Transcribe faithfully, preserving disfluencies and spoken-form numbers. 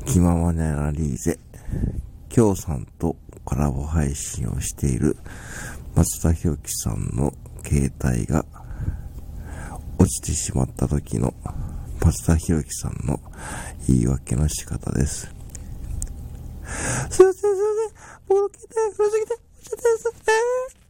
気ままにアナリーゼ、きょうさんとコラボ配信をしている松田博樹さんの携帯が落ちてしまった時の松田博樹さんの言い訳の仕方です。すいませんすいません、僕の携帯が古すぎて落ちちゃったんです。えー